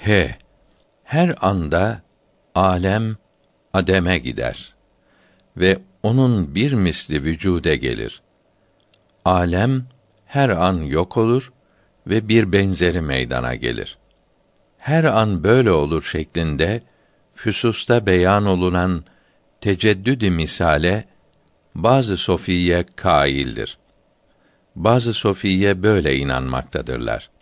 Her anda alem ademe gider ve onun bir misli vücude gelir. Alem her an yok olur ve bir benzeri meydana gelir. Her an böyle olur şeklinde füsusta beyan olunan teceddüd-i misale bazı sofiye kaildir. Bazı sofiye böyle inanmaktadırlar.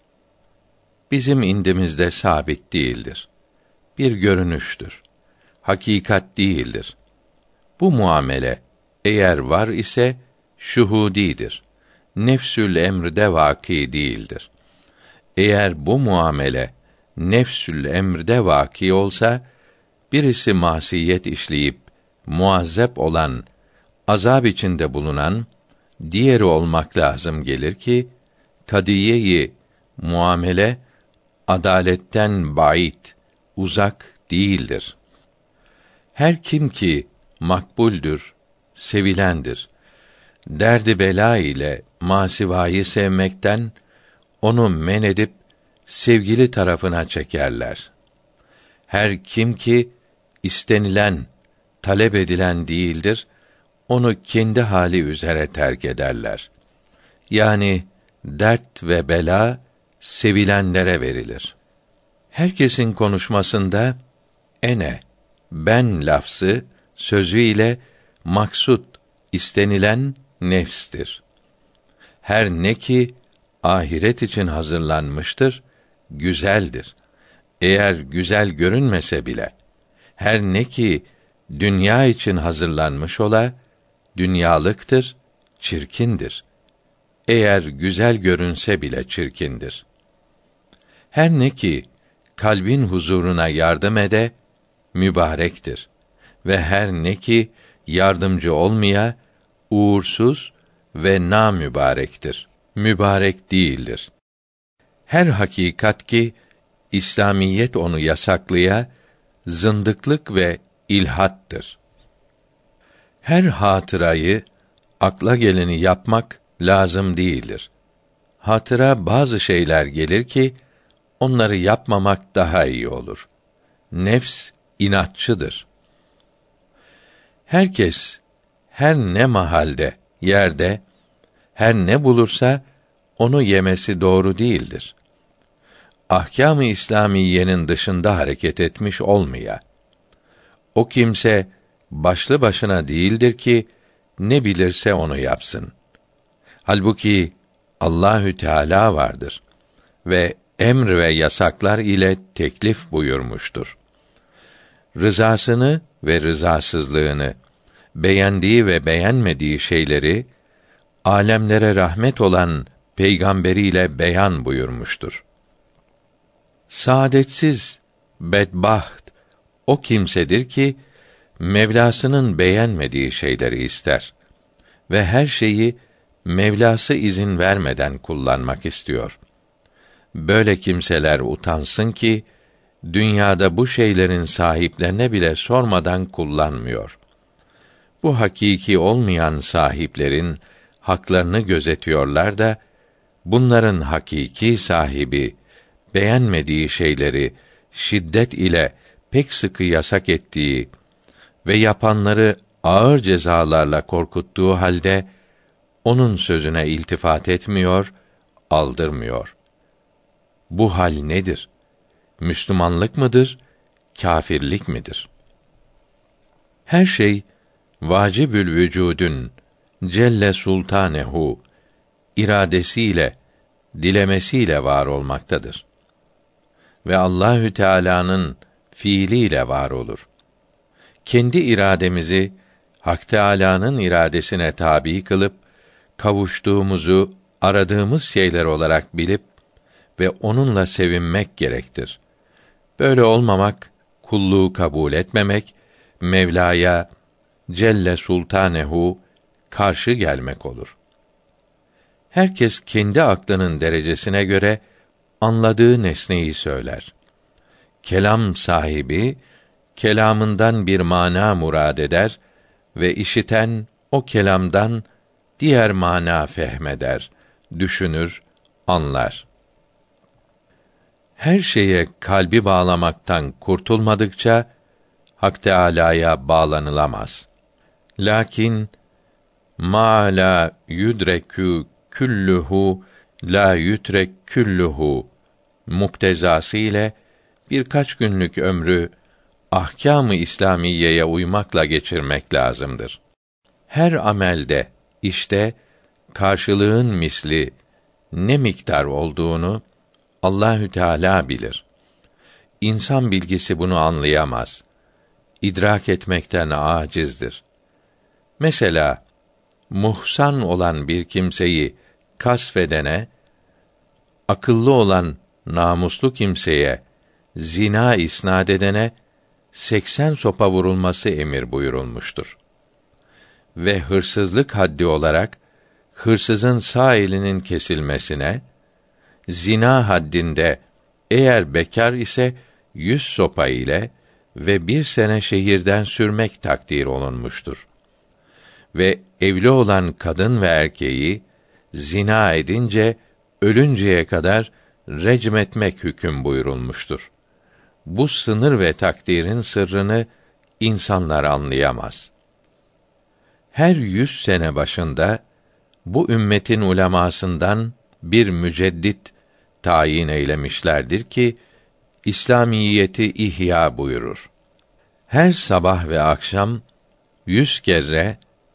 Bizim indimizde sabit değildir. Bir görünüştür. Hakikat değildir. Bu muamele eğer var ise şuhudidir. Nefsül emrde vaki değildir. Eğer bu muamele nefsül emrde vaki olsa, birisi masiyet işleyip muazzep olan, azab içinde bulunan, diğeri olmak lazım gelir ki, kadiye-i muamele adaletten ba'id, uzak değildir. Her kim ki makbuldür, sevilendir, derdi bela ile masivayı sevmekten onu men edip sevgili tarafına çekerler. Her kim ki istenilen, talep edilen değildir, onu kendi hali üzere terk ederler. Yani dert ve bela sevilenlere verilir. Herkesin konuşmasında ene, ben lafzı sözü ile maksut, istenilen nefstir. Her ne ki ahiret için hazırlanmıştır, güzeldir. Eğer güzel görünmese bile, her ne ki dünya için hazırlanmış ola, dünyalıktır, çirkindir. Eğer güzel görünse bile çirkindir. Her ne ki kalbin huzuruna yardım ede, mübarektir. Ve her ne ki yardımcı olmaya, uğursuz ve namübarektir. Mübarek değildir. Her hakikat ki İslamiyet onu yasaklaya, zındıklık ve ilhattır. Her hatırayı, akla geleni yapmak lazım değildir. Hatıra bazı şeyler gelir ki, onları yapmamak daha iyi olur. Nefs inatçıdır. Herkes, her ne mahalde, yerde, her ne bulursa, onu yemesi doğru değildir. Ahkâm-ı İslâmiyenin dışında hareket etmiş olmaya. O kimse, başlı başına değildir ki, ne bilirse onu yapsın. Halbuki, Allahü Teâlâ vardır ve emr ve yasaklar ile teklif buyurmuştur. Rızasını ve rızasızlığını, beğendiği ve beğenmediği şeyleri, âlemlere rahmet olan peygamberiyle beyan buyurmuştur. Saadetsiz, bedbaht o kimsedir ki, Mevlasının beğenmediği şeyleri ister ve her şeyi Mevlası izin vermeden kullanmak istiyor. Böyle kimseler utansın ki, dünyada bu şeylerin sahiplerine bile sormadan kullanmıyor. Bu hakiki olmayan sahiplerin haklarını gözetiyorlar da, bunların hakiki sahibi, beğenmediği şeyleri şiddet ile pek sıkı yasak ettiği ve yapanları ağır cezalarla korkuttuğu halde, onun sözüne iltifat etmiyor, aldırmıyor. Bu hal nedir? Müslümanlık mıdır, kâfirlik midir? Her şey vacibül vücudun Celle Sultanehu iradesiyle, dilemesiyle var olmaktadır. Ve Allahü Teala'nın fiiliyle var olur. Kendi irademizi Hak Teâlâ'nın iradesine tabi kılıp kavuştuğumuzu aradığımız şeyler olarak bilip ve onunla sevinmek gerektir. Böyle olmamak, kulluğu kabul etmemek, Mevla'ya Celle Sultanehu karşı gelmek olur. Herkes kendi aklının derecesine göre anladığı nesneyi söyler. Kelam sahibi kelamından bir mana murad eder ve işiten o kelamdan diğer mana fehmeder, düşünür, anlar. Her şeye kalbi bağlamaktan kurtulmadıkça Hak Teâlâ'ya bağlanılamaz. Lakin mâ lâ yudrekû küllühû lâ yutrek küllühû muktezası ile birkaç günlük ömrü ahkâm-ı İslamiyeye uymakla geçirmek lazımdır. Her amelde, işte, karşılığın misli ne miktar olduğunu Allahü Teâlâ bilir. İnsan bilgisi bunu anlayamaz. İdrak etmekten âcizdir. Mesela, muhsan olan bir kimseyi kasfedene, akıllı olan namuslu kimseye zina isnad edene 80 sopa vurulması emir buyurulmuştur. Ve hırsızlık haddi olarak hırsızın sağ elinin kesilmesine, zina haddinde eğer bekar ise 100 sopa ile ve 1 sene şehirden sürmek takdir olunmuştur. Ve evli olan kadın ve erkeği zina edince ölünceye kadar recm etmek hüküm buyurulmuştur. Bu sınır ve takdirin sırrını insanlar anlayamaz. Her 100 sene başında bu ümmetin ulemasından bir müceddit tayin eylemişlerdir ki İslamiyeti ihya buyurur. Her sabah ve akşam 100 kere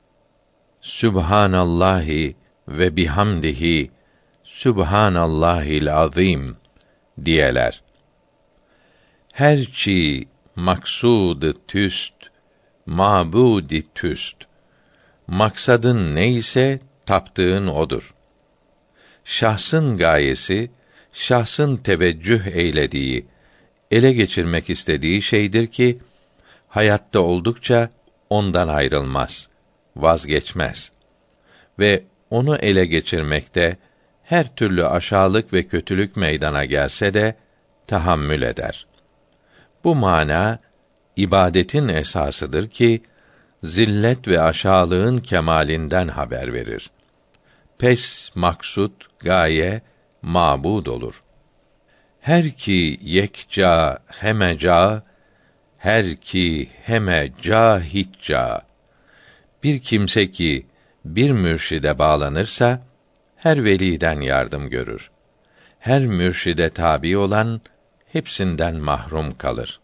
Sübhanallahi ve bihamdihi Sübhanallahil azim diyeler. Her çi maksud tüst, mabudi tüst. Maksadın neyse taptığın odur. Şahsın gayesi, şahsın teveccüh eylediği, ele geçirmek istediği şeydir ki hayatta oldukça ondan ayrılmaz, vazgeçmez ve onu ele geçirmekte her türlü aşağılık ve kötülük meydana gelse de tahammül eder. Bu mana ibadetin esasıdır ki zillet ve aşağılığın kemalinden haber verir. Pes maksut, gaye, mabud olur. Her ki yekca hemeca, her ki hemeca hicca. Bir kimse ki bir mürşide bağlanırsa her veliden yardım görür. Her mürşide tabi olan hepsinden mahrum kalır.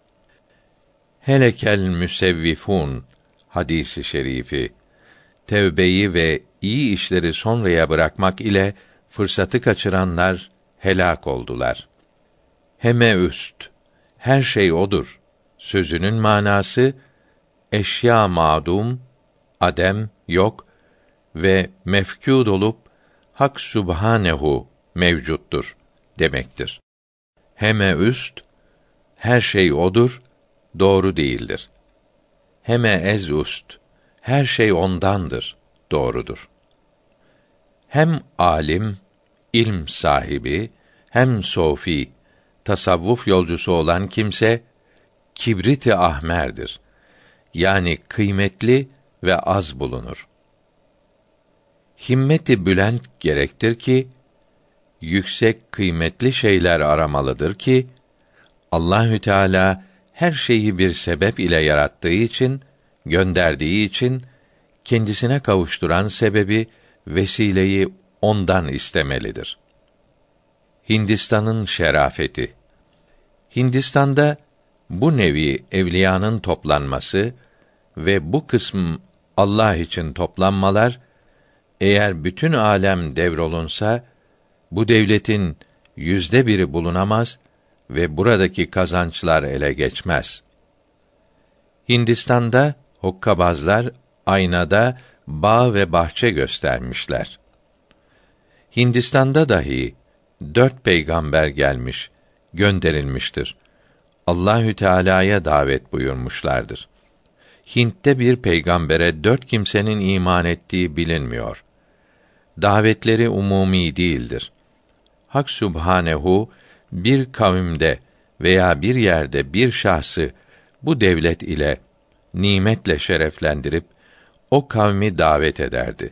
Helekel müsevvifun hadisi şerifi, tevbeyi ve iyi işleri sonraya bırakmak ile fırsatı kaçıranlar helak oldular. Heme üst, her şey odur sözünün manası eşya ma'dum, adem yok ve mefkûd olup Hak Sübhanehu mevcuttur demektir. Heme üst, her şey odur, doğru değildir. Heme ez üst, her şey ondandır, doğrudur. Hem alim, ilm sahibi, hem sofi, tasavvuf yolcusu olan kimse kibrit-i ahmerdir. Yani kıymetli ve az bulunur. Himmet-i bülent gerektir ki yüksek kıymetli şeyler aramalıdır ki Allahü Teala her şeyi bir sebep ile yarattığı için, gönderdiği için kendisine kavuşturan sebebi, vesileyi ondan istemelidir. Hindistan'ın şerafeti. Hindistan'da bu nevi evliyanın toplanması ve bu kısım Allah için toplanmalar, eğer bütün alem devrolunsa, bu devletin 1/1'i bulunamaz ve buradaki kazançlar ele geçmez. Hindistan'da hokkabazlar aynada bağ ve bahçe göstermişler. Hindistan'da dahi 4 peygamber gelmiş, gönderilmiştir. Allahü Teala'ya davet buyurmuşlardır. Hint'te bir peygambere 4 kimsenin iman ettiği bilinmiyor. Davetleri umumi değildir. Hak Sübhanehu bir kavimde veya bir yerde bir şahsı bu devlet ile nimetle şereflendirip o kavmi davet ederdi.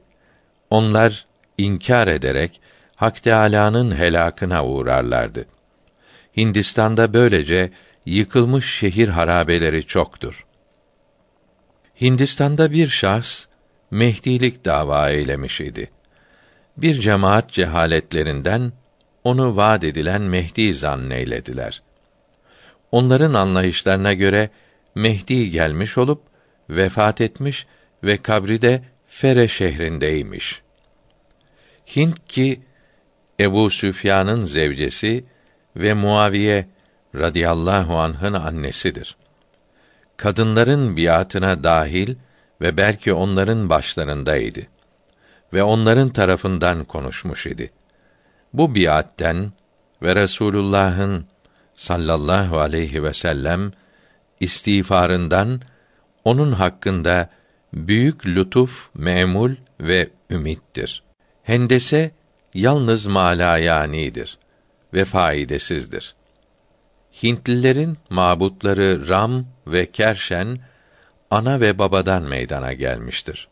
Onlar inkar ederek Hak Teâlâ'nın helakına uğrarlardı. Hindistan'da böylece yıkılmış şehir harabeleri çoktur. Hindistan'da bir şahs Mehdilik dava eylemiş idi. Bir cemaat cehaletlerinden onu vaad edilen Mehdi zanneylediler. Onların anlayışlarına göre Mehdi gelmiş olup vefat etmiş ve kabri de Fere şehrindeymiş. Hint ki Ebu Süfyan'ın zevcesi ve Muaviye radıyallahu anh'ın annesidir. Kadınların biatına dahil ve belki onların başlarındaydı ve onların tarafından konuşmuş idi. Bu biatten ve Resulullah'ın sallallahu aleyhi ve sellem istiğfarından onun hakkında büyük lütuf, memul ve ümittir. Hendese yalnız malayanidir ve faydasızdır. Hintlilerin mabutları Ram ve Kerşen ana ve babadan meydana gelmiştir.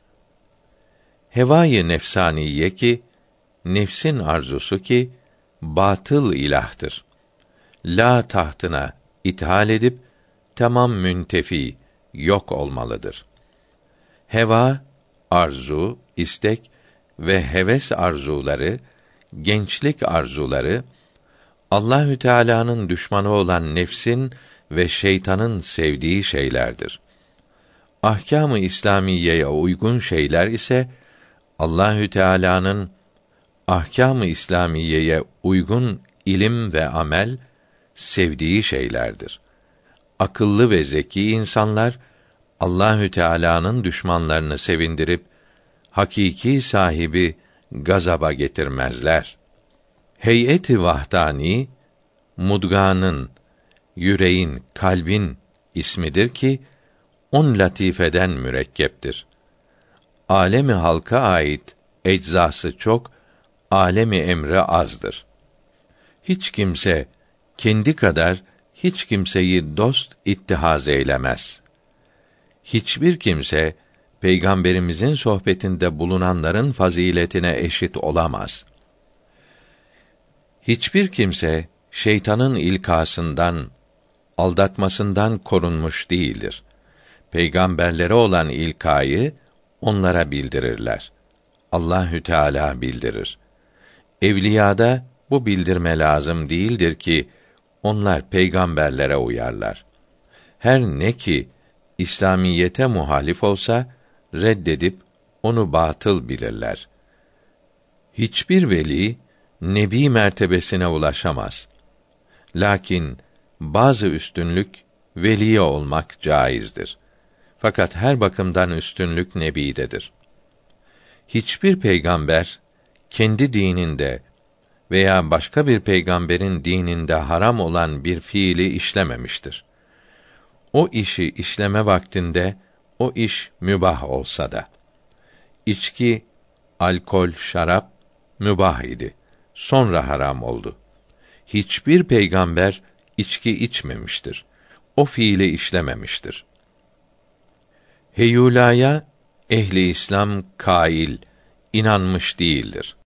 Hevâ-i nefsaniye ki nefsin arzusu ki batıl ilahtır. La tahtına ithal edip tamam müntefi yok olmalıdır. Heva, arzu, istek ve heves arzuları, gençlik arzuları Allahü Teala'nın düşmanı olan nefsin ve şeytanın sevdiği şeylerdir. Ahkâm-ı İslamiyeye uygun şeyler ise Allahü Teala'nın ahkâm-ı İslamiyeye uygun ilim ve amel sevdiği şeylerdir. Akıllı ve zeki insanlar Allahü Teala'nın düşmanlarını sevindirip hakiki sahibi gazaba getirmezler. Heyeti vahdani mudganın, yüreğin, kalbin ismidir ki on latifeden mürekkeptir. Alemi halka ait eczası çok, alemi emre azdır. Hiç kimse kendi kadar hiç kimseyi dost ittihaz eylemez. Hiçbir kimse Peygamberimizin sohbetinde bulunanların faziletine eşit olamaz. Hiçbir kimse şeytanın ilkasından, aldatmasından korunmuş değildir. Peygamberlere olan ilkayı onlara bildirirler. Allahü Teala bildirir. Evliyada bu bildirme lazım değildir ki onlar peygamberlere uyarlar. Her ne ki İslamiyete muhalif olsa reddedip onu batıl bilirler. Hiçbir veli nebi mertebesine ulaşamaz. Lakin bazı üstünlük veliye olmak caizdir. Fakat her bakımdan üstünlük nebidedir. Hiçbir peygamber kendi dininde veya başka bir peygamberin dininde haram olan bir fiili işlememiştir. O işi işleme vaktinde o iş mübah olsa da. İçki, alkol, şarap mübah idi. Sonra haram oldu. Hiçbir peygamber içki içmemiştir. O fiili işlememiştir. Heyulaya ehli İslam kail, inanmış değildir.